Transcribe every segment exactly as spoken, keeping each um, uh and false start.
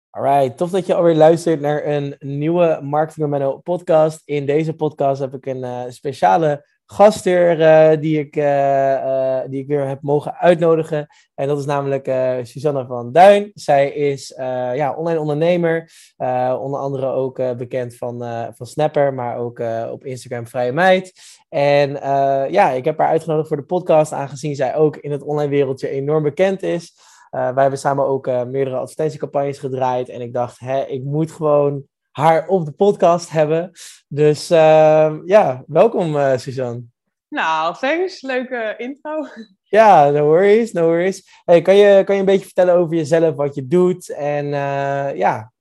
Alright, tof dat je alweer luistert naar een nieuwe Marketing met Menno podcast. In deze podcast heb ik een uh, speciale gastheer uh, die, ik, uh, uh, die ik weer heb mogen uitnodigen. En dat is namelijk uh, Suzanne van Duin. Zij is uh, ja, online ondernemer, uh, onder andere ook uh, bekend van, uh, van Snapper, maar ook uh, op Instagram Vrije Meid. En uh, ja, ik heb haar uitgenodigd voor de podcast, aangezien zij ook in het online wereldje enorm bekend is. Uh, wij hebben samen ook uh, meerdere advertentiecampagnes gedraaid. En ik dacht, hè, ik moet gewoon haar op de podcast hebben. Dus uh, ja, welkom uh, Suzanne. Nou, thanks. Leuke intro. Ja, no worries, no worries. Hey, kan, je, kan je een beetje vertellen over jezelf, wat je doet? En uh, ja,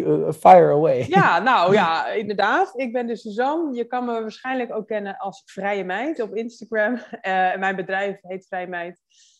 fire away. Ja, nou ja, inderdaad. Ik ben dus Suzanne. Je kan me waarschijnlijk ook kennen als Vrije Meid op Instagram. Uh, mijn bedrijf heet Vrije Meid.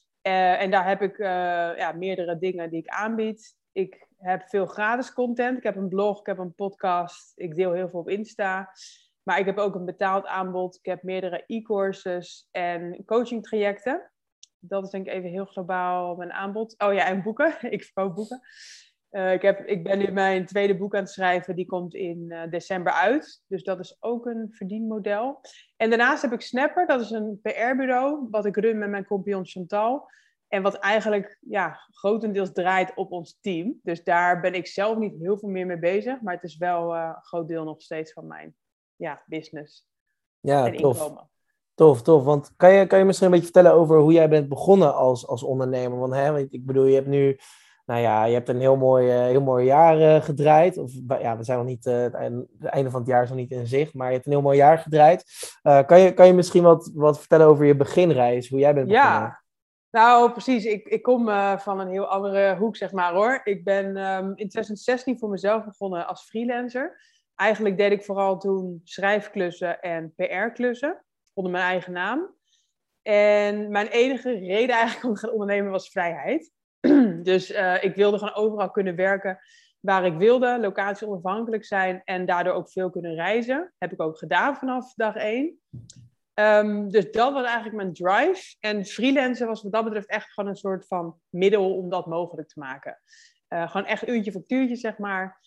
Uh, en daar heb ik uh, ja, meerdere dingen die ik aanbied. Ik heb veel gratis content. Ik heb een blog, ik heb een podcast. Ik deel heel veel op Insta. Maar ik heb ook een betaald aanbod. Ik heb meerdere e-courses en coaching trajecten. Dat is denk ik even heel globaal mijn aanbod. Oh ja, en boeken. Ik verkoop boeken. Uh, ik, heb, ik ben nu mijn tweede boek aan het schrijven. Die komt in uh, december uit. Dus dat is ook een verdienmodel. En daarnaast heb ik Snapper. Dat is een P R-bureau. Wat ik run met mijn compagnon Chantal. En wat eigenlijk ja, grotendeels draait op ons team. Dus daar ben ik zelf niet heel veel meer mee bezig. Maar het is wel uh, een groot deel nog steeds van mijn ja, business. Ja, en tof. inkomen. Tof, tof. Want kan je, kan je misschien een beetje vertellen over hoe jij bent begonnen als, als ondernemer? Want hè, ik bedoel, je hebt nu... Nou ja, je hebt een heel mooi, uh, heel mooi jaar uh, gedraaid. Of, ja, we zijn nog niet, uh, het einde, het einde van het jaar is nog niet in zicht, maar je hebt een heel mooi jaar gedraaid. Uh, kan, je, kan je misschien wat, wat vertellen over je beginreis, hoe jij bent begonnen? Ja, nou precies. Ik, ik kom uh, van een heel andere hoek, zeg maar hoor. Ik ben um, in twintig zestien voor mezelf begonnen als freelancer. Eigenlijk deed ik vooral toen schrijfklussen en P R-klussen onder mijn eigen naam. En mijn enige reden eigenlijk om te gaan ondernemen was vrijheid. Dus uh, ik wilde gewoon overal kunnen werken waar ik wilde, locatie onafhankelijk zijn en daardoor ook veel kunnen reizen. Heb ik ook gedaan vanaf dag één. Um, dus dat was eigenlijk mijn drive. En freelancen was wat dat betreft echt gewoon een soort van middel om dat mogelijk te maken. Uh, gewoon echt uurtje factuurtje, zeg maar.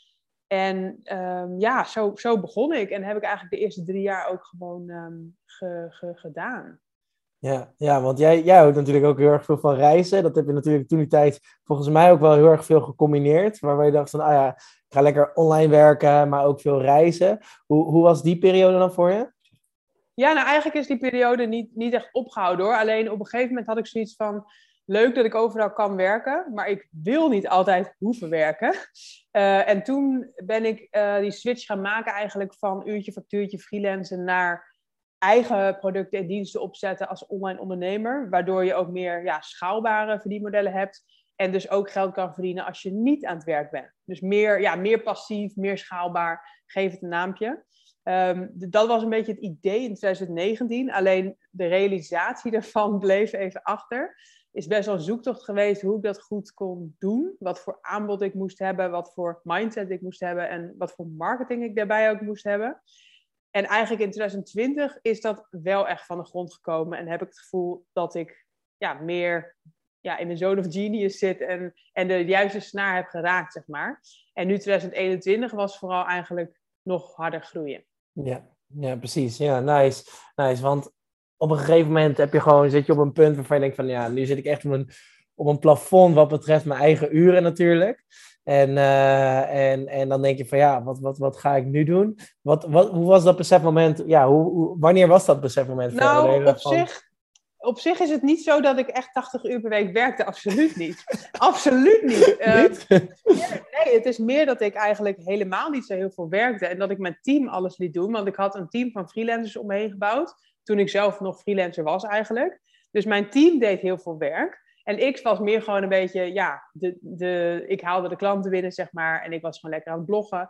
En um, ja, zo, zo begon ik. En heb ik eigenlijk de eerste drie jaar ook gewoon um, ge, ge, gedaan. Ja, ja, want jij, jij houdt natuurlijk ook heel erg veel van reizen. Dat heb je natuurlijk toen die tijd volgens mij ook wel heel erg veel gecombineerd. Waarbij je dacht van, ah ja, ik ga lekker online werken, maar ook veel reizen. Hoe, hoe was die periode dan voor je? Ja, nou eigenlijk is die periode niet, niet echt opgehouden hoor. Alleen op een gegeven moment had ik zoiets van... Leuk dat ik overal kan werken, maar ik wil niet altijd hoeven werken. Uh, en toen ben ik uh, die switch gaan maken eigenlijk van uurtje, factuurtje, freelancen naar eigen producten en diensten opzetten als online ondernemer. Waardoor je ook meer ja, schaalbare verdienmodellen hebt. En dus ook geld kan verdienen als je niet aan het werk bent. Dus meer, ja, meer passief, meer schaalbaar. Geef het een naampje. Um, dat was een beetje het idee in twintig negentien. Alleen de realisatie daarvan bleef even achter. Is best wel een zoektocht geweest hoe ik dat goed kon doen. Wat voor aanbod ik moest hebben. Wat voor mindset ik moest hebben. En wat voor marketing ik daarbij ook moest hebben. En eigenlijk in twintig twintig is dat wel echt van de grond gekomen. En heb ik het gevoel dat ik ja, meer ja, in de zone of genius zit. En, en de juiste snaar heb geraakt, zeg maar. En nu twintig eenentwintig was vooral eigenlijk nog harder groeien. Ja, ja, precies. Ja, nice. Nice, want op een gegeven moment heb je gewoon, zit je op een punt waarvan je denkt van, ja, nu zit ik echt op een, op een plafond wat betreft mijn eigen uren natuurlijk. En, uh, en, en dan denk je van, ja, wat, wat, wat ga ik nu doen? Wat, wat, hoe was dat besefmoment? Ja, hoe, hoe, wanneer was dat besefmoment? Nou, op van... zich... Op zich is het niet zo dat ik echt tachtig uur per week werkte. Absoluut niet. Absoluut niet. niet? Uh, nee, het is meer dat ik eigenlijk helemaal niet zo heel veel werkte. En dat ik mijn team alles liet doen. Want ik had een team van freelancers om me heen gebouwd. Toen ik zelf nog freelancer was eigenlijk. Dus mijn team deed heel veel werk. En ik was meer gewoon een beetje, ja, de, de, ik haalde de klanten binnen, zeg maar. En ik was gewoon lekker aan het bloggen.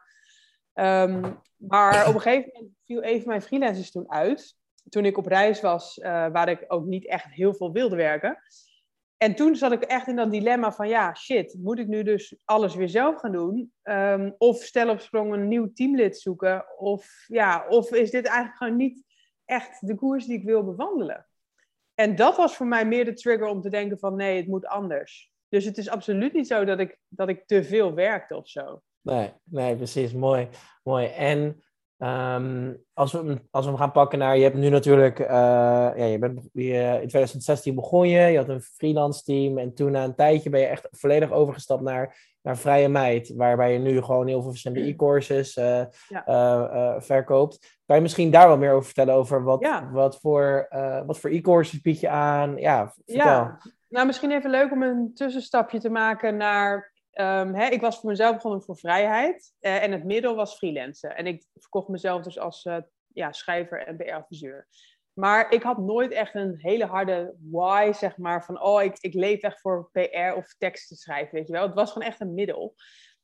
Um, maar op een gegeven moment viel even mijn freelancers toen uit. Toen ik op reis was, uh, waar ik ook niet echt heel veel wilde werken. En toen zat ik echt in dat dilemma van, ja, shit, moet ik nu dus alles weer zelf gaan doen? Um, of stel op sprong een nieuw teamlid zoeken? Of, ja, of is dit eigenlijk gewoon niet echt de koers die ik wil bewandelen? En dat was voor mij meer de trigger om te denken van, nee, het moet anders. Dus het is absoluut niet zo dat ik, dat ik te veel werkte of zo. Nee, nee, precies. Mooi. Mooi. En um, als, we, hem- als we hem gaan pakken naar... Je hebt nu natuurlijk... Uh, ja, je bent je, in twintig zestien begon je. Je had een freelance team. En toen na een tijdje ben je echt volledig overgestapt naar, naar Vrije Meid. Waarbij je nu gewoon heel veel verschillende e-courses uh, Ja. uh, uh, verkoopt. Kan je misschien daar wat meer over vertellen? Over wat, Ja. wat voor, uh, wat voor e-courses bied je aan? Ja, vertel. Ja, nou misschien even leuk om een tussenstapje te maken naar... Um, hè, ik was voor mezelf begonnen voor vrijheid uh, en het middel was freelancen. En ik verkocht mezelf dus als uh, ja, schrijver en B R-adviseur. Maar ik had nooit echt een hele harde why, zeg maar, van oh, ik, ik leef echt voor P R of teksten schrijven, weet je wel. Het was gewoon echt een middel.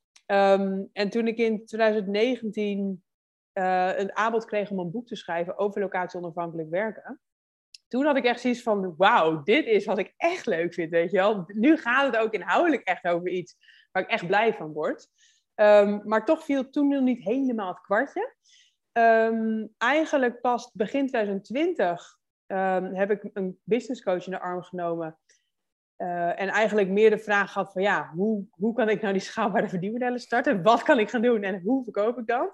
Um, en toen ik in twintig negentien uh, een aanbod kreeg om een boek te schrijven over locatie-onafhankelijk werken, toen had ik echt zoiets van, wauw, dit is wat ik echt leuk vind, weet je wel. Nu gaat het ook inhoudelijk echt over iets waar ik echt blij van word. Um, maar toch viel toen nog niet helemaal het kwartje. Um, eigenlijk pas begin twintig twintig um, heb ik een businesscoach in de arm genomen. Uh, en eigenlijk meer de vraag gehad van, ja, hoe, hoe kan ik nou die schaalbare verdienmodellen starten? Wat kan ik gaan doen en hoe verkoop ik dat?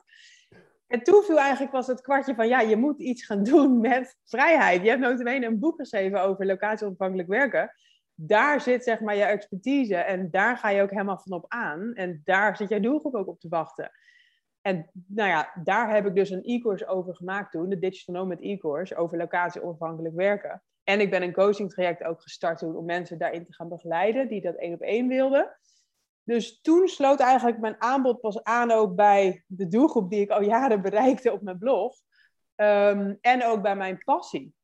En toen viel eigenlijk was het kwartje van, ja, je moet iets gaan doen met vrijheid. Je hebt nota bene een boek geschreven over locatie-onafhankelijk werken. Daar zit, zeg maar, jouw expertise en daar ga je ook helemaal van op aan. En daar zit jouw doelgroep ook op te wachten. En nou ja, daar heb ik dus een e-course over gemaakt toen, de Digital Nomad e-course, over locatie-onafhankelijk werken. En ik ben een coaching traject ook gestart toen om mensen daarin te gaan begeleiden, die dat één op één wilden. Dus toen sloot eigenlijk mijn aanbod pas aan ook bij de doelgroep die ik al jaren bereikte op mijn blog. Um, en ook bij mijn passie.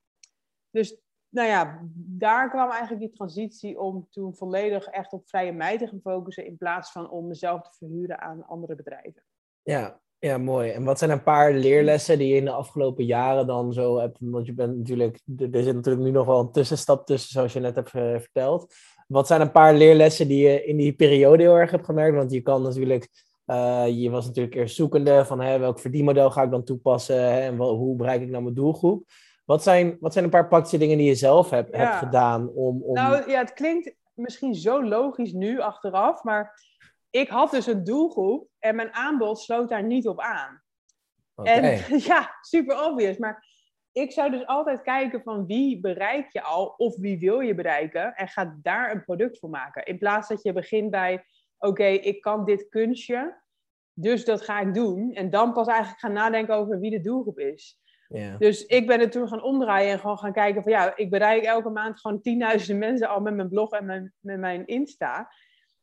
Dus nou ja, daar kwam eigenlijk die transitie om toen volledig echt op Vrije Meid te gaan focussen in plaats van om mezelf te verhuren aan andere bedrijven. Ja, ja, mooi. En wat zijn een paar leerlessen die je in de afgelopen jaren dan zo hebt? Want je bent natuurlijk, er zit natuurlijk nu nog wel een tussenstap tussen, zoals je net hebt uh, verteld. Wat zijn een paar leerlessen die je in die periode heel erg hebt gemerkt? Want je kan natuurlijk, uh, je was natuurlijk eerst zoekende van hè, welk verdienmodel ga ik dan toepassen hè, en wel, hoe bereik ik nou mijn doelgroep? Wat zijn, wat zijn een paar praktische dingen die je zelf hebt, ja. hebt gedaan om, om... Nou ja, het klinkt misschien zo logisch nu achteraf, maar ik had dus een doelgroep en mijn aanbod sloot daar niet op aan. Okay. En ja, super obvious, maar ik zou dus altijd kijken van wie bereik je al of wie wil je bereiken en ga daar een product voor maken. In plaats dat je begint bij, oké, okay, ik kan dit kunstje, dus dat ga ik doen. En dan pas eigenlijk gaan nadenken over wie de doelgroep is. Yeah. Dus ik ben het toen gaan omdraaien en gewoon gaan kijken van ja, ik bereik elke maand gewoon tienduizenden mensen al met mijn blog en mijn, met mijn Insta.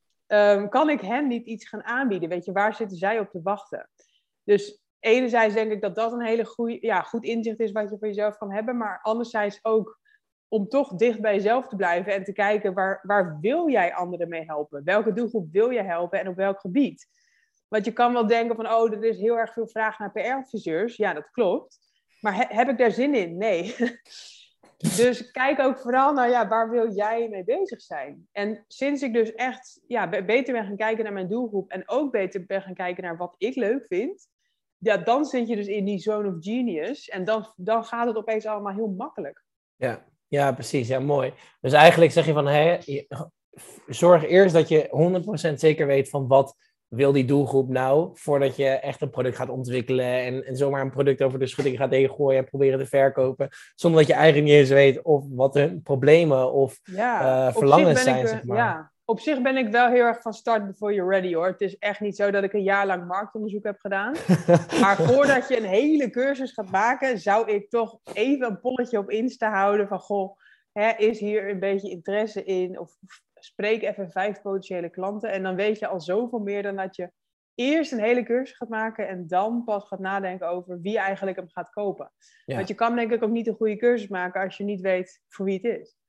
Um, kan ik hen niet iets gaan aanbieden? Weet je, waar zitten zij op te wachten? Dus enerzijds denk ik dat dat een hele goeie, ja, goed inzicht is wat je voor jezelf kan hebben. Maar anderzijds ook om toch dicht bij jezelf te blijven en te kijken waar, waar wil jij anderen mee helpen? Welke doelgroep wil je helpen en op welk gebied? Want je kan wel denken van, oh, er is heel erg veel vraag naar P R-adviseurs. Ja, dat klopt. Maar he, heb ik daar zin in? Nee. Dus kijk ook vooral naar, ja, waar wil jij mee bezig zijn? En sinds ik dus echt ja, beter ben gaan kijken naar mijn doelgroep en ook beter ben gaan kijken naar wat ik leuk vind, ja, dan zit je dus in die zone of genius en dan, dan gaat het opeens allemaal heel makkelijk. Ja, ja, precies. Ja, mooi. Dus eigenlijk zeg je van, hé, zorg eerst dat je honderd procent zeker weet van wat wil die doelgroep nou, voordat je echt een product gaat ontwikkelen en, en zomaar een product over de schutting gaat heen gooien en proberen te verkopen, zonder dat je eigenlijk niet eens weet of wat hun problemen of ja, uh, verlangens zijn, ik, zeg maar. Ja, op zich ben ik wel heel erg van start before you're ready, hoor. Het is echt niet zo dat ik een jaar lang marktonderzoek heb gedaan. Maar voordat je een hele cursus gaat maken, zou ik toch even een polletje op Insta houden van, goh, hè, is hier een beetje interesse in? Of spreek even vijf potentiële klanten. En dan weet je al zoveel meer dan dat je eerst een hele cursus gaat maken en dan pas gaat nadenken over wie eigenlijk hem gaat kopen. Ja. Want je kan denk ik ook niet een goede cursus maken als je niet weet voor wie het is.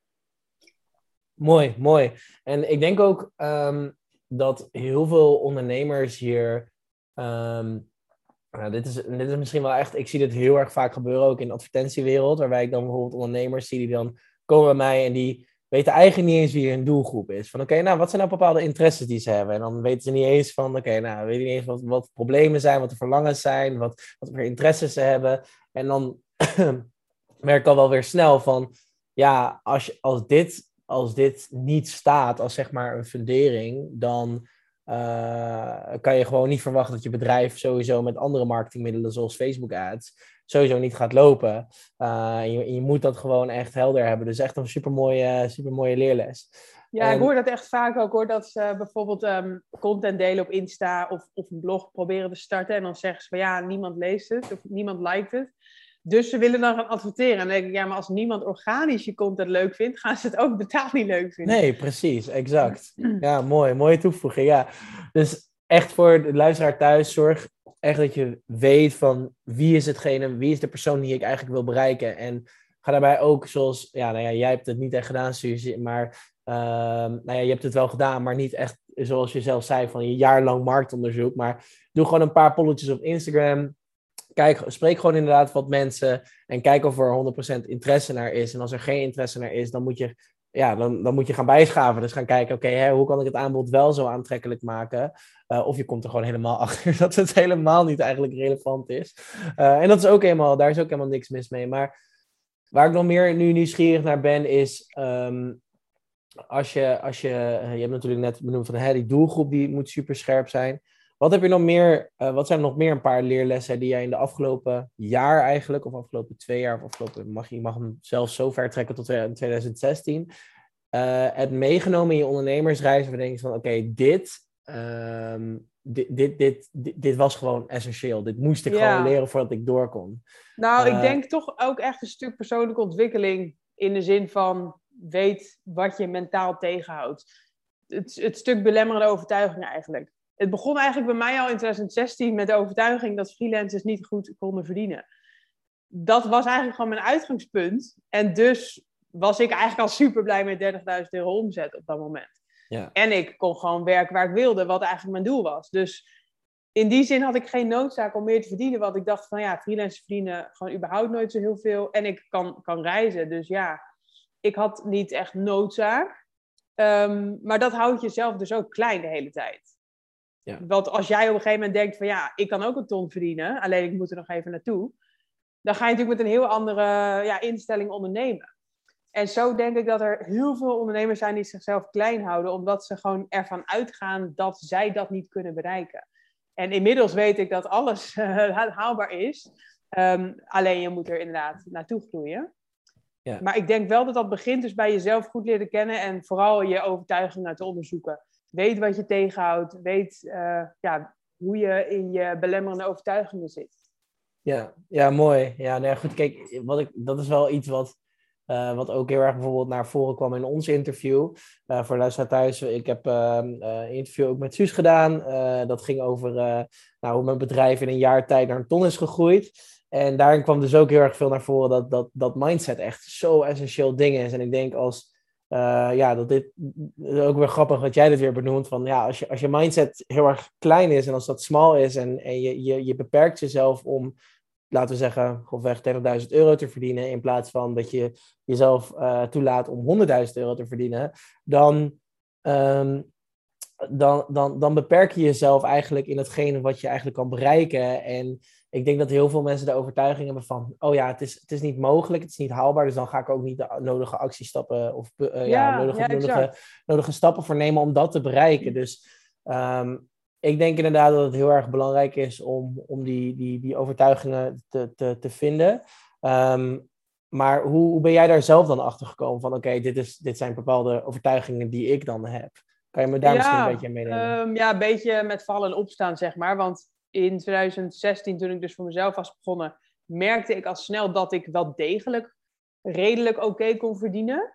Mooi, mooi. En ik denk ook um, dat heel veel ondernemers hier... Um, nou, dit, is, dit is misschien wel echt... Ik zie dit heel erg vaak gebeuren, ook in de advertentiewereld, waarbij ik dan bijvoorbeeld ondernemers zie die dan komen bij mij en die weten eigenlijk niet eens wie hun doelgroep is. Van oké, okay, nou, wat zijn nou bepaalde interesses die ze hebben? En dan weten ze niet eens van, oké, okay, nou, weten niet eens wat, wat problemen zijn, wat de verlangens zijn, wat, wat voor interesses ze hebben. En dan merk ik al wel weer snel van, ja, als, je, als dit als dit niet staat als zeg maar een fundering, dan uh, kan je gewoon niet verwachten dat je bedrijf sowieso met andere marketingmiddelen zoals Facebook ads sowieso niet gaat lopen. Uh, en je, je moet dat gewoon echt helder hebben. Dus echt een supermooie, supermooie leerles. Ja, en... ik hoor dat echt vaak ook hoor, dat ze bijvoorbeeld um, content delen op Insta of, of een blog proberen te starten en dan zeggen ze van ja, niemand leest het of niemand liked het. Dus ze willen dan gaan adverteren. En dan denk ik, ja, maar als niemand organisch je content leuk vindt, gaan ze het ook betaald niet leuk vinden. Nee, precies, exact. Ja, mooi, mooie toevoeging, ja. Dus echt voor de luisteraar thuis, zorg echt dat je weet van wie is hetgene, wie is de persoon die ik eigenlijk wil bereiken. En ga daarbij ook zoals, ja, nou ja, jij hebt het niet echt gedaan, Suzy, maar uh, nou ja, je hebt het wel gedaan, maar niet echt zoals je zelf zei, van je jaarlang marktonderzoek. Maar doe gewoon een paar polletjes op Instagram. Kijk, spreek gewoon inderdaad wat mensen en kijk of er honderd procent interesse naar is. En als er geen interesse naar is, dan moet je, ja, dan, dan moet je gaan bijschaven. Dus gaan kijken, oké, okay, hoe kan ik het aanbod wel zo aantrekkelijk maken? Uh, of je komt er gewoon helemaal achter dat het helemaal niet eigenlijk relevant is. Uh, en dat is ook helemaal, daar is ook helemaal niks mis mee. Maar waar ik nog meer nu nieuwsgierig naar ben, is um, als je, als je, je hebt natuurlijk net benoemd van hè, die doelgroep die moet super scherp zijn. Wat heb je nog meer, uh, wat zijn er nog meer een paar leerlessen die jij in de afgelopen jaar eigenlijk, of afgelopen twee jaar, of afgelopen, mag, je mag hem zelfs zo ver trekken tot twintig zestien, uh, hebt meegenomen in je ondernemersreis, waar je denkt van oké, okay, dit, um, dit, dit, dit, dit, dit was gewoon essentieel. Dit moest ik ja. gewoon leren voordat ik door kon. Nou, uh, ik denk toch ook echt een stuk persoonlijke ontwikkeling in de zin van weet wat je mentaal tegenhoudt. Het, het stuk belemmerende overtuiging eigenlijk. Het begon eigenlijk bij mij al in twintig zestien met de overtuiging dat freelancers niet goed konden verdienen. Dat was eigenlijk gewoon mijn uitgangspunt. En dus was ik eigenlijk al super blij met dertigduizend euro omzet op dat moment. Ja. En ik kon gewoon werken waar ik wilde, wat eigenlijk mijn doel was. Dus in die zin had ik geen noodzaak om meer te verdienen. Want ik dacht van ja, freelancers verdienen gewoon überhaupt nooit zo heel veel. En ik kan, kan reizen. Dus ja, ik had niet echt noodzaak. Um, maar dat houdt jezelf dus ook klein de hele tijd. Ja. Want als jij op een gegeven moment denkt van ja, ik kan ook een ton verdienen, alleen ik moet er nog even naartoe, dan ga je natuurlijk met een heel andere ja, instelling ondernemen. En zo denk ik dat er heel veel ondernemers zijn die zichzelf klein houden, omdat ze gewoon ervan uitgaan dat zij dat niet kunnen bereiken. En inmiddels weet ik dat alles uh, haalbaar is, um, alleen je moet er inderdaad naartoe groeien. Ja. Maar ik denk wel dat dat begint dus bij jezelf goed leren kennen en vooral je overtuigingen te onderzoeken. Weet wat je tegenhoudt. Weet uh, ja, hoe je in je belemmerende overtuigingen zit. Ja, ja mooi. Ja, nou ja, goed, kijk, wat ik, dat is wel iets wat, uh, wat ook heel erg bijvoorbeeld naar voren kwam in ons interview. Uh, voor de luisteraar thuis, ik heb uh, een interview ook met Suus gedaan. Uh, dat ging over uh, nou, hoe mijn bedrijf in een jaar tijd naar een ton is gegroeid. En daarin kwam dus ook heel erg veel naar voren dat, dat, dat mindset echt zo essentieel ding is. En ik denk als... Uh, ja, dat dit ook weer grappig dat jij dit weer benoemt. Van ja, als je, als je mindset heel erg klein is en als dat smal is en, en je, je, je beperkt jezelf om, laten we zeggen, grofweg dertigduizend euro te verdienen, in plaats van dat je jezelf uh, toelaat om honderdduizend euro te verdienen, dan, um, dan, dan, dan beperk je jezelf eigenlijk in hetgene wat je eigenlijk kan bereiken. En ik denk dat heel veel mensen de overtuiging hebben van, oh ja, het is, het is niet mogelijk, het is niet haalbaar, dus dan ga ik ook niet de nodige actiestappen of uh, ja, ja, nodige, ja, nodige, nodige stappen voor nemen om dat te bereiken. Dus um, ik denk inderdaad dat het heel erg belangrijk is om, om die, die, die overtuigingen te, te, te vinden. Um, maar hoe, hoe ben jij daar zelf dan achter gekomen van, oké, okay, dit, is, dit zijn bepaalde overtuigingen die ik dan heb? Kan je me daar ja, misschien een beetje meenemen? Um, ja, een beetje met vallen en opstaan, zeg maar, want in twintig zestien, toen ik dus voor mezelf was begonnen, merkte ik al snel dat ik wel degelijk redelijk oké okay kon verdienen.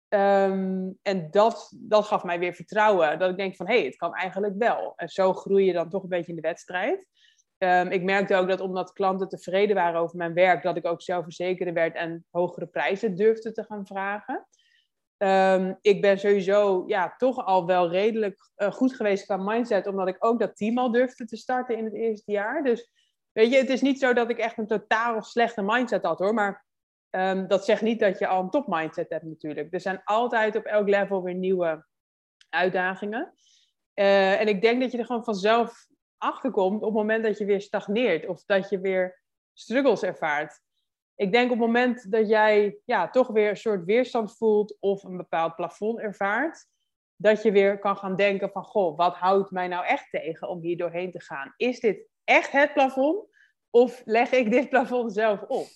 Um, en dat, dat gaf mij weer vertrouwen. Dat ik denk van, hé, hey, het kan eigenlijk wel. En zo groei je dan toch een beetje in de wedstrijd. Um, ik merkte ook dat omdat klanten tevreden waren over mijn werk, dat ik ook zelfverzekerder werd en hogere prijzen durfde te gaan vragen. Um, ik ben sowieso ja, toch al wel redelijk uh, goed geweest qua mindset, omdat ik ook dat team al durfde te starten in het eerste jaar. Dus weet je, het is niet zo dat ik echt een totaal slechte mindset had hoor, maar um, dat zegt niet dat je al een top mindset hebt natuurlijk. Er zijn altijd op elk level weer nieuwe uitdagingen. Uh, en ik denk dat je er gewoon vanzelf achter komt op het moment dat je weer stagneert of dat je weer struggles ervaart. Ik denk op het moment dat jij ja, toch weer een soort weerstand voelt of een bepaald plafond ervaart, dat je weer kan gaan denken van, goh, wat houdt mij nou echt tegen om hier doorheen te gaan? Is dit echt het plafond of leg ik dit plafond zelf op?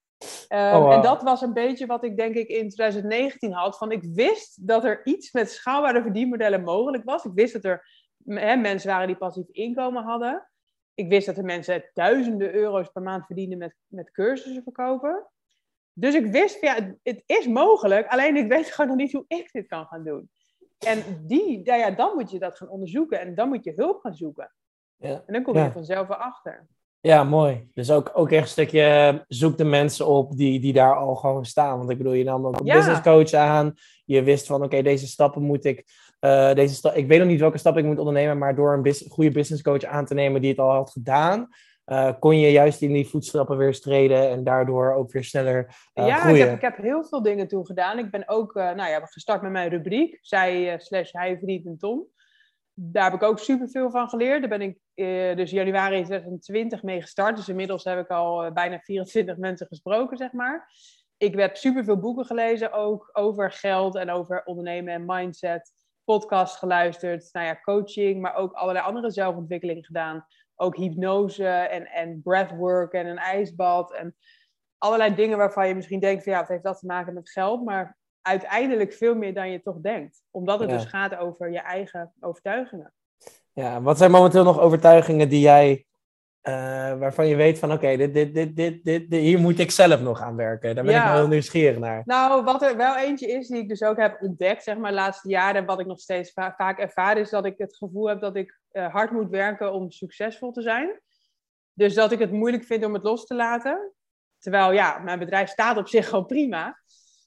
Um, Oh, en wow. dat was een beetje wat ik denk ik in twintig negentien had. Van ik wist dat er iets met schaalbare verdienmodellen mogelijk was. Ik wist dat er hè, mensen waren die passief inkomen hadden. Ik wist dat er mensen duizenden euro's per maand verdienen met, met cursussen verkopen. Dus ik wist, ja, het, het is mogelijk. Alleen ik weet gewoon nog niet hoe ik dit kan gaan doen. En die, ja, ja, dan moet je dat gaan onderzoeken. En dan moet je hulp gaan zoeken. Ja. En dan kom je Ja. er vanzelf erachter. Ja, mooi. Dus ook, ook echt een stukje zoek de mensen op die, die daar al gewoon staan. Want ik bedoel, je nam ook een Ja. business coach aan. Je wist van, oké, okay, deze stappen moet ik... Uh, deze sta- ik weet nog niet welke stappen ik moet ondernemen, maar door een bus- goede business coach aan te nemen die het al had gedaan, uh, kon je juist in die voetstappen weer streden en daardoor ook weer sneller uh, ja, groeien. ik heb, ik heb heel veel dingen toen gedaan. Ik ben ook uh, nou ja, gestart met mijn rubriek, zij uh, slash hij verdient een ton. Daar heb ik ook superveel van geleerd. Daar ben ik uh, dus januari twintig twintig mee gestart. Dus inmiddels heb ik al uh, bijna vierentwintig mensen gesproken, zeg maar. Ik heb superveel boeken gelezen, ook over geld en over ondernemen en mindset. Podcast geluisterd, nou ja, coaching, maar ook allerlei andere zelfontwikkeling gedaan. Ook hypnose en, en breathwork en een ijsbad. En allerlei dingen waarvan je misschien denkt van ja, wat heeft dat te maken met geld? Maar uiteindelijk veel meer dan je toch denkt. Omdat het Ja. dus gaat over je eigen overtuigingen. Ja, wat zijn momenteel nog overtuigingen die jij, uh, waarvan je weet van oké, okay, dit, dit, dit, dit, dit, dit, hier moet ik zelf nog aan werken. Daar ben ja. ik wel heel nieuwsgierig naar. Nou, wat er wel eentje is die ik dus ook heb ontdekt, zeg maar, de laatste jaren, en wat ik nog steeds va- vaak ervaar, is dat ik het gevoel heb dat ik uh, hard moet werken om succesvol te zijn. Dus dat ik het moeilijk vind om het los te laten. Terwijl, ja, mijn bedrijf staat op zich gewoon prima.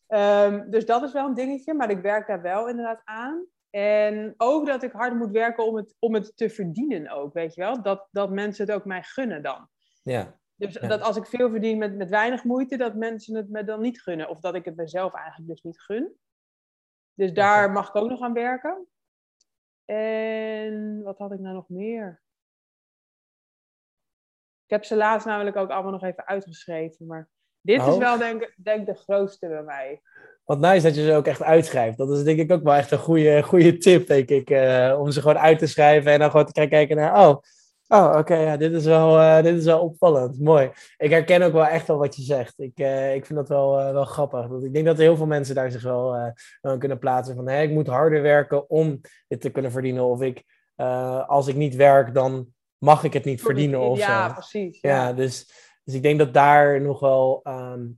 Um, dus dat is wel een dingetje, maar ik werk daar wel inderdaad aan. En ook dat ik hard moet werken om het, om het te verdienen ook, weet je wel. Dat, dat mensen het ook mij gunnen dan. Ja. Dus ja. dat als ik veel verdien met, met weinig moeite, dat mensen het me dan niet gunnen. Of dat ik het mezelf eigenlijk dus niet gun. Dus daar okay. mag ik ook nog aan werken. En wat had ik nou nog meer? Ik heb ze laatst namelijk ook allemaal nog even uitgeschreven. Maar dit oh. is wel denk ik denk de grootste bij mij. Wat nice dat je ze ook echt uitschrijft. Dat is denk ik ook wel echt een goede, goede tip, denk ik. Uh, om ze gewoon uit te schrijven en dan gewoon te kijken naar... Oh, oh oké, okay, ja, dit is wel, uh, dit is wel opvallend. Mooi. Ik herken ook wel echt wel wat je zegt. Ik, uh, ik vind dat wel, uh, wel grappig. Ik denk dat heel veel mensen daar zich wel uh, wel kunnen plaatsen. Van, hey, ik moet harder werken om dit te kunnen verdienen. Of ik, uh, als ik niet werk, dan mag ik het niet verdienen of ja, zo. Precies, ja, ja, precies. Dus, dus ik denk dat daar nog wel... Um,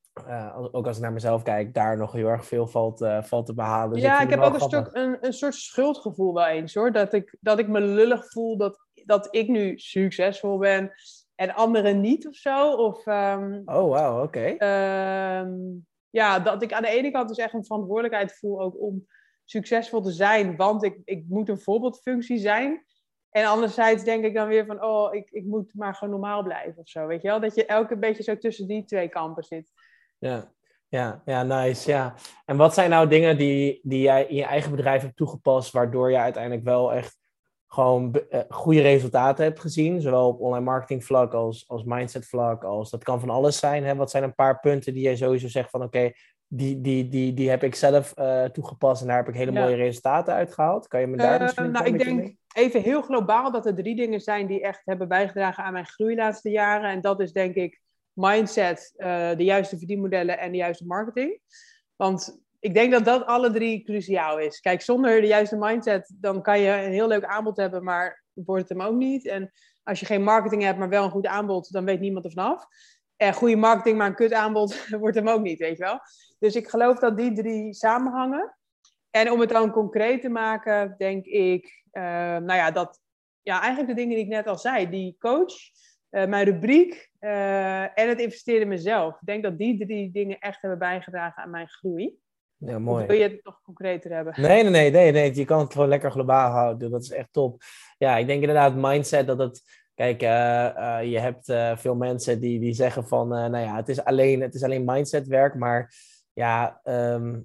Uh, ook als ik naar mezelf kijk, daar nog heel erg veel valt, uh, valt te behalen. Dus ja, ik, ik heb ook een, stuk, een, een soort schuldgevoel wel eens hoor. Dat ik, dat ik me lullig voel dat, dat ik nu succesvol ben en anderen niet of zo. Of, um, oh, wauw, oké. Okay. Um, ja, dat ik aan de ene kant dus echt een verantwoordelijkheid voel ook om succesvol te zijn. Want ik, ik moet een voorbeeldfunctie zijn. En anderzijds denk ik dan weer van, oh, ik, ik moet maar gewoon normaal blijven of zo. Weet je wel? Dat je elke beetje zo tussen die twee kampen zit. Ja, ja, ja, nice, ja. En wat zijn nou dingen die, die jij in je eigen bedrijf hebt toegepast, waardoor je uiteindelijk wel echt gewoon uh, goede resultaten hebt gezien, zowel op online marketing vlak als, als mindset vlak, als dat kan van alles zijn. Hè? Wat zijn een paar punten die jij sowieso zegt van oké, okay, die, die, die, die heb ik zelf uh, toegepast en daar heb ik hele ja. mooie resultaten uitgehaald. Kan je me daar uh, misschien nou, ik denk mee? Even heel globaal dat er drie dingen zijn die echt hebben bijgedragen aan mijn groei de laatste jaren. En dat is denk ik mindset, uh, de juiste verdienmodellen en de juiste marketing. Want ik denk dat dat alle drie cruciaal is. Kijk, zonder de juiste mindset, dan kan je een heel leuk aanbod hebben, maar wordt het hem ook niet. En als je geen marketing hebt, maar wel een goed aanbod, dan weet niemand er vanaf. En goede marketing, maar een kut aanbod, wordt hem ook niet, weet je wel. Dus ik geloof dat die drie samenhangen. En om het dan concreet te maken, denk ik, uh, nou ja, dat, ja, eigenlijk de dingen die ik net al zei, die coach, uh, mijn rubriek uh, en het investeren in mezelf. Ik denk dat die drie dingen echt hebben bijgedragen aan mijn groei. Ja, mooi. Of wil je het nog concreter hebben? Nee, nee, nee, nee, nee. Je kan het gewoon lekker globaal houden. Dat is echt top. Ja, ik denk inderdaad mindset dat het... Kijk, uh, uh, je hebt uh, veel mensen die, die zeggen van... Uh, nou ja, het is alleen, het is alleen mindset werk. Maar ja, um,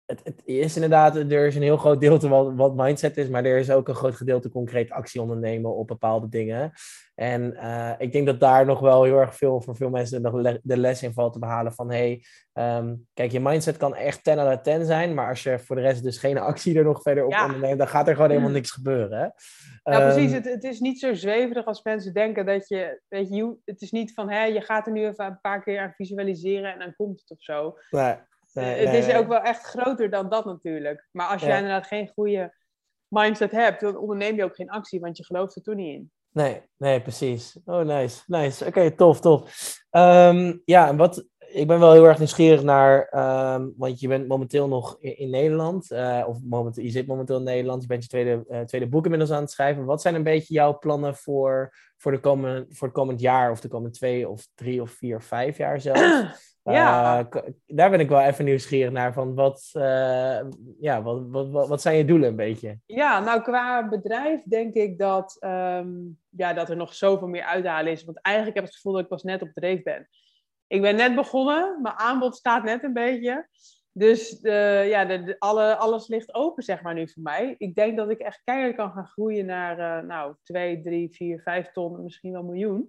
het, het is inderdaad, er is een heel groot gedeelte wat, wat mindset is, maar er is ook een groot gedeelte concreet actie ondernemen op bepaalde dingen. En uh, ik denk dat daar nog wel heel erg veel voor veel mensen nog le- de les in valt te behalen van, hey, um, kijk, je mindset kan echt tien uit tien zijn, maar als je voor de rest dus geen actie er nog verder op Ja. onderneemt, dan gaat er gewoon helemaal niks gebeuren. Hè? Nou, Um, precies. Het, het is niet zo zweverig als mensen denken dat je, weet je, het is niet van, hè, je gaat er nu even een paar keer aan visualiseren en dan komt het of zo. nee, nee, het nee, is nee. ook wel echt groter dan dat natuurlijk. Maar als Ja. jij inderdaad geen goede mindset hebt, dan onderneem je ook geen actie, want je gelooft er toen niet in. Nee, nee, precies. Oh, nice, nice. Oké, okay, tof, tof. Um, ja, en wat, ik ben wel heel erg nieuwsgierig naar, um, want je bent momenteel nog in, in Nederland, uh, of momenteel, je zit momenteel in Nederland, je bent je tweede, uh, tweede boek inmiddels aan het schrijven. Wat zijn een beetje jouw plannen voor, voor, de komende, voor het komend jaar, of de komende twee of drie of vier of vijf jaar zelfs? Ja. Uh, daar ben ik wel even nieuwsgierig naar, van wat, uh, ja, wat, wat, wat, wat zijn je doelen een beetje? Ja, nou qua bedrijf denk ik dat, um, ja, dat er nog zoveel meer uithalen is. Want eigenlijk heb ik het gevoel dat ik pas net op dreef ben. Ik ben net begonnen, mijn aanbod staat net een beetje. Dus de, ja, de, de, alle, alles ligt open, zeg maar, nu voor mij. Ik denk dat ik echt keihard kan gaan groeien naar uh, nou, twee, drie, vier, vijf ton, misschien wel een miljoen.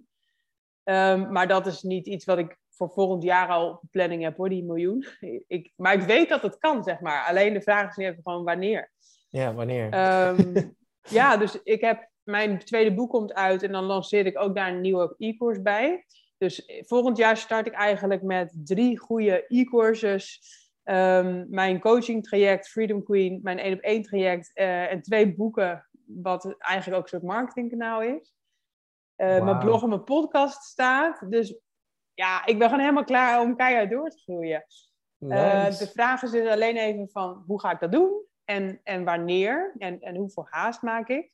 Um, maar dat is niet iets wat ik voor volgend jaar al op de planning heb, hoor, die miljoen. Ik, maar ik weet dat het kan, zeg maar. Alleen de vraag is nu even gewoon wanneer. Ja, wanneer? Um, ja, dus ik heb, mijn tweede boek komt uit en dan lanceer ik ook daar een nieuwe e-course bij. Dus volgend jaar start ik eigenlijk met drie goede e-courses. Um, mijn coaching traject, Freedom Queen, mijn één op één traject uh, en twee boeken, wat eigenlijk ook een soort marketingkanaal is. Uh, wow. Mijn blog en mijn podcast staat. Dus ja, ik ben gewoon helemaal klaar om keihard door te groeien. Nice. Uh, de vraag is dus alleen even van, hoe ga ik dat doen? En, en wanneer? En, en hoeveel haast maak ik?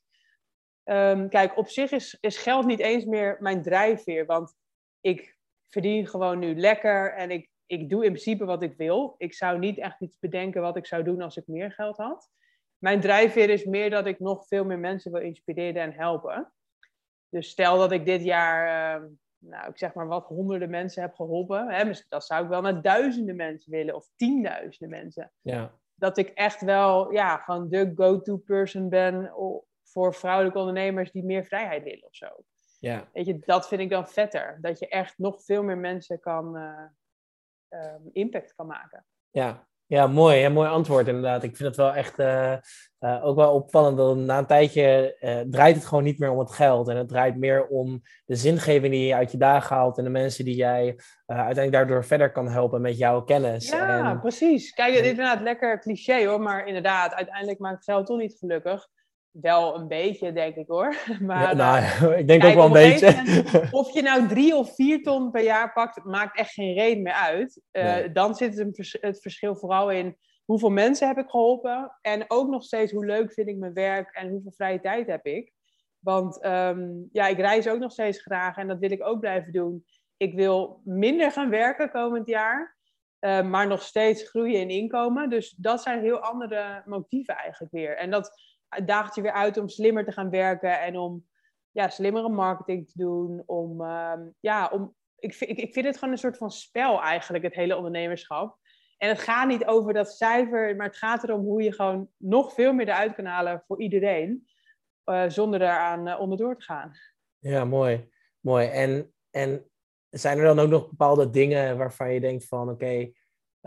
Um, kijk, op zich is, is geld niet eens meer mijn drijfveer. Want ik verdien gewoon nu lekker. En ik, ik doe in principe wat ik wil. Ik zou niet echt iets bedenken wat ik zou doen als ik meer geld had. Mijn drijfveer is meer dat ik nog veel meer mensen wil inspireren en helpen. Dus stel dat ik dit jaar, uh, nou, ik zeg maar wat, honderden mensen heb geholpen. Hè, dat zou ik wel naar duizenden mensen willen. Of tienduizenden mensen. Ja. Dat ik echt wel, ja, gewoon de go-to person ben voor vrouwelijke ondernemers die meer vrijheid willen of zo. Ja. Weet je, dat vind ik dan vetter. Dat je echt nog veel meer mensen kan, uh, uh, impact kan maken. Ja. Ja, mooi. Ja, mooi antwoord inderdaad. Ik vind het wel echt uh, uh, ook wel opvallend dat na een tijdje uh, draait het gewoon niet meer om het geld. En het draait meer om de zingeving die je uit je dagen haalt en de mensen die jij uh, uiteindelijk daardoor verder kan helpen met jouw kennis. Ja, en, precies. Kijk, dit is inderdaad lekker cliché hoor, maar inderdaad, uiteindelijk maakt geld toch niet gelukkig. Wel een beetje, denk ik hoor. Maar, ja, nou, uh, ik denk kijk, ook wel een beetje. Moment, of je nou drie of vier ton per jaar pakt, maakt echt geen reden meer uit. Uh, nee. Dan zit het, vers- het verschil vooral in hoeveel mensen heb ik geholpen. En ook nog steeds hoe leuk vind ik mijn werk en hoeveel vrije tijd heb ik. Want um, ja, ik reis ook nog steeds graag en dat wil ik ook blijven doen. Ik wil minder gaan werken komend jaar. Uh, maar nog steeds groeien in inkomen. Dus dat zijn heel andere motieven eigenlijk weer. En dat daagt je weer uit om slimmer te gaan werken en om ja, slimmere marketing te doen. Om, um, ja, om, ik, vind, ik, ik vind het gewoon een soort van spel eigenlijk, het hele ondernemerschap. En het gaat niet over dat cijfer, maar het gaat erom hoe je gewoon nog veel meer eruit kan halen voor iedereen. Uh, zonder daaraan uh, onderdoor te gaan. Ja, mooi. Mooi. En, en zijn er dan ook nog bepaalde dingen waarvan je denkt van oké, okay,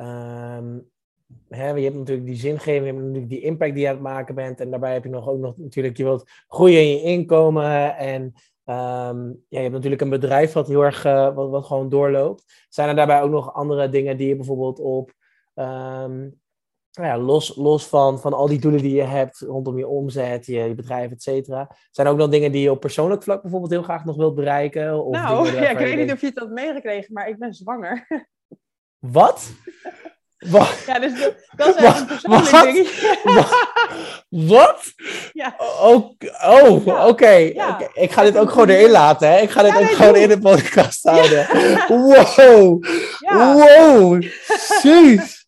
um, Hè, je hebt natuurlijk die zingeving, je hebt natuurlijk die impact die je aan het maken bent. En daarbij heb je nog ook nog natuurlijk, je wilt groeien in je inkomen. En um, ja, je hebt natuurlijk een bedrijf wat heel erg, uh, wat, wat gewoon doorloopt. Zijn er daarbij ook nog andere dingen die je bijvoorbeeld op, um, ja, los, los van, van al die doelen die je hebt rondom je omzet, je, je bedrijf, et cetera. Zijn er ook nog dingen die je op persoonlijk vlak bijvoorbeeld heel graag nog wilt bereiken? Of nou, dingen ja, ik weet niet denkt... of je het had meegekregen, maar ik ben zwanger. Wat? Wat? Ja, dus dat, dat is echt een persoonlijk Wat? dingetje. Wat? Ja. Oh, oh ja. oké. Okay. Ja. Okay. Ik ga dit ook gewoon erin laten, hè? Ik ga dit ja, ook nee, gewoon doe. in de podcast houden. Ja. Wow. Ja. Wow. Jeez.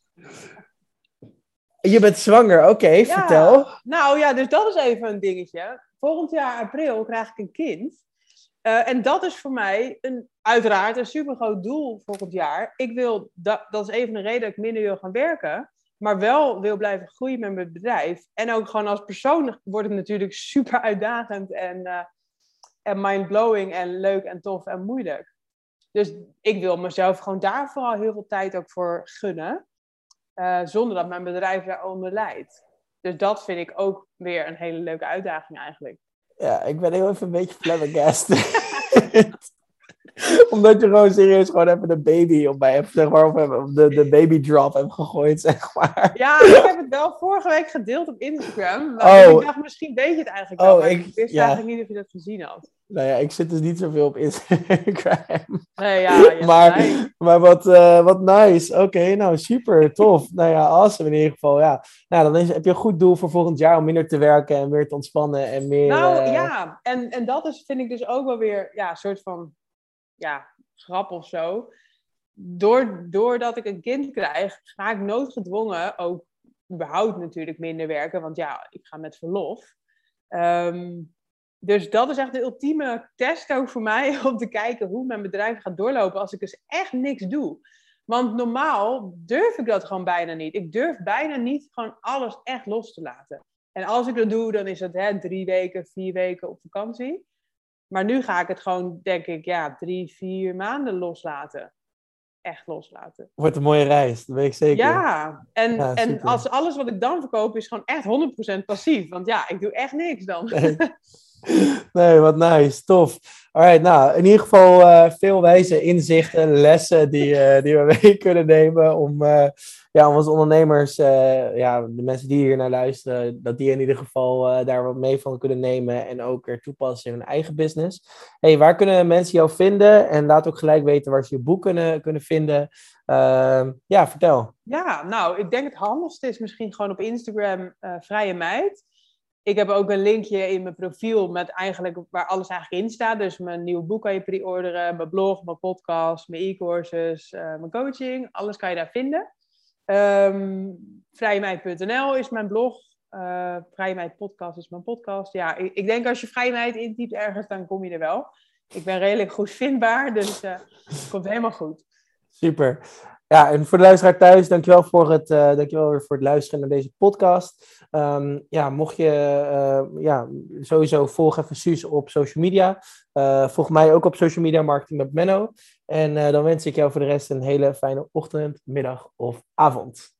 Je bent zwanger, oké, okay, ja. vertel. Nou ja, dus dat is even een dingetje. Volgend jaar april krijg ik een kind. Uh, en dat is voor mij een, uiteraard een supergroot doel volgend jaar. Ik wil, dat, dat is even een reden dat ik minder wil gaan werken. maar wel wil blijven groeien met mijn bedrijf. En ook gewoon als persoon wordt het natuurlijk super uitdagend en, uh, en mindblowing en leuk en tof en moeilijk. Dus ik wil mezelf gewoon daar vooral heel veel tijd ook voor gunnen. Uh, zonder dat mijn bedrijf daaronder leidt. Dus dat vind ik ook weer een hele leuke uitdaging eigenlijk. Ja, ik ben heel even een beetje flabbergasted. Omdat je gewoon serieus gewoon even de baby op mij hebt, zeg maar, of de, de baby drop hebt gegooid, zeg maar. Ja, ik heb het wel vorige week gedeeld op Instagram. Maar Oh. ik dacht, misschien weet je het eigenlijk wel, Oh, maar ik- ik wist ja. eigenlijk niet of je dat gezien had. Nou ja, ik zit dus niet zoveel op Instagram. Nee, ja, je hebt maar, gelijk. maar wat, uh, wat nice. Oké, okay, nou super, tof. Nou ja, awesome in ieder geval. Ja. Nou, dan is, heb je een goed doel voor volgend jaar om minder te werken en meer te ontspannen en meer... Nou uh... ja, en, en dat is, vind ik dus ook wel weer ja, een soort van ja, grap of zo. Door, doordat ik een kind krijg, ga ik noodgedwongen ook überhaupt natuurlijk minder werken. Want ja, ik ga met verlof. Um, dus dat is echt de ultieme test ook voor mij om te kijken hoe mijn bedrijf gaat doorlopen als ik dus echt niks doe. Want normaal durf ik dat gewoon bijna niet. Ik durf bijna niet gewoon alles echt los te laten. En als ik dat doe, dan is het hè, drie weken, vier weken op vakantie. Maar nu ga ik het gewoon, denk ik, ja, drie, vier maanden loslaten. Echt loslaten. Wordt een mooie reis, dat weet ik zeker. Ja, en, Ja, en als alles wat ik dan verkoop is gewoon echt honderd procent passief. Want ja, ik doe echt niks dan. Nee, nee wat nice, tof. Alright, nou, in ieder geval uh, veel wijze inzichten, lessen die, uh, die we mee kunnen nemen om, uh, ja, om als ondernemers, uh, ja, de mensen die hier naar luisteren, dat die in ieder geval uh, daar wat mee van kunnen nemen en ook er toepassen in hun eigen business. Hey, waar kunnen mensen jou vinden? En laat ook gelijk weten waar ze je boek kunnen, kunnen vinden. Uh, ja, vertel. Ja, nou, ik denk het handigste is misschien gewoon op Instagram uh, Vrije Meid. Ik heb ook een linkje in mijn profiel met eigenlijk waar alles eigenlijk in staat. Dus mijn nieuwe boek kan je pre-orderen, mijn blog, mijn podcast, mijn e-courses, uh, mijn coaching. Alles kan je daar vinden. Um, Vrijemeid punt n l is mijn blog. Uh, Vrijemeid podcast is mijn podcast. Ja, ik, ik denk als je Vrijemeid intypt ergens, dan kom je er wel. Ik ben redelijk goed vindbaar, dus uh, het komt helemaal goed. Super. Ja, en voor de luisteraar thuis, dankjewel voor het, uh, dankjewel weer voor het luisteren naar deze podcast. Um, ja, mocht je, uh, ja, sowieso volg even Suus op social media. Uh, volg mij ook op social media, Marketing met Menno. En uh, dan wens ik jou voor de rest een hele fijne ochtend, middag of avond.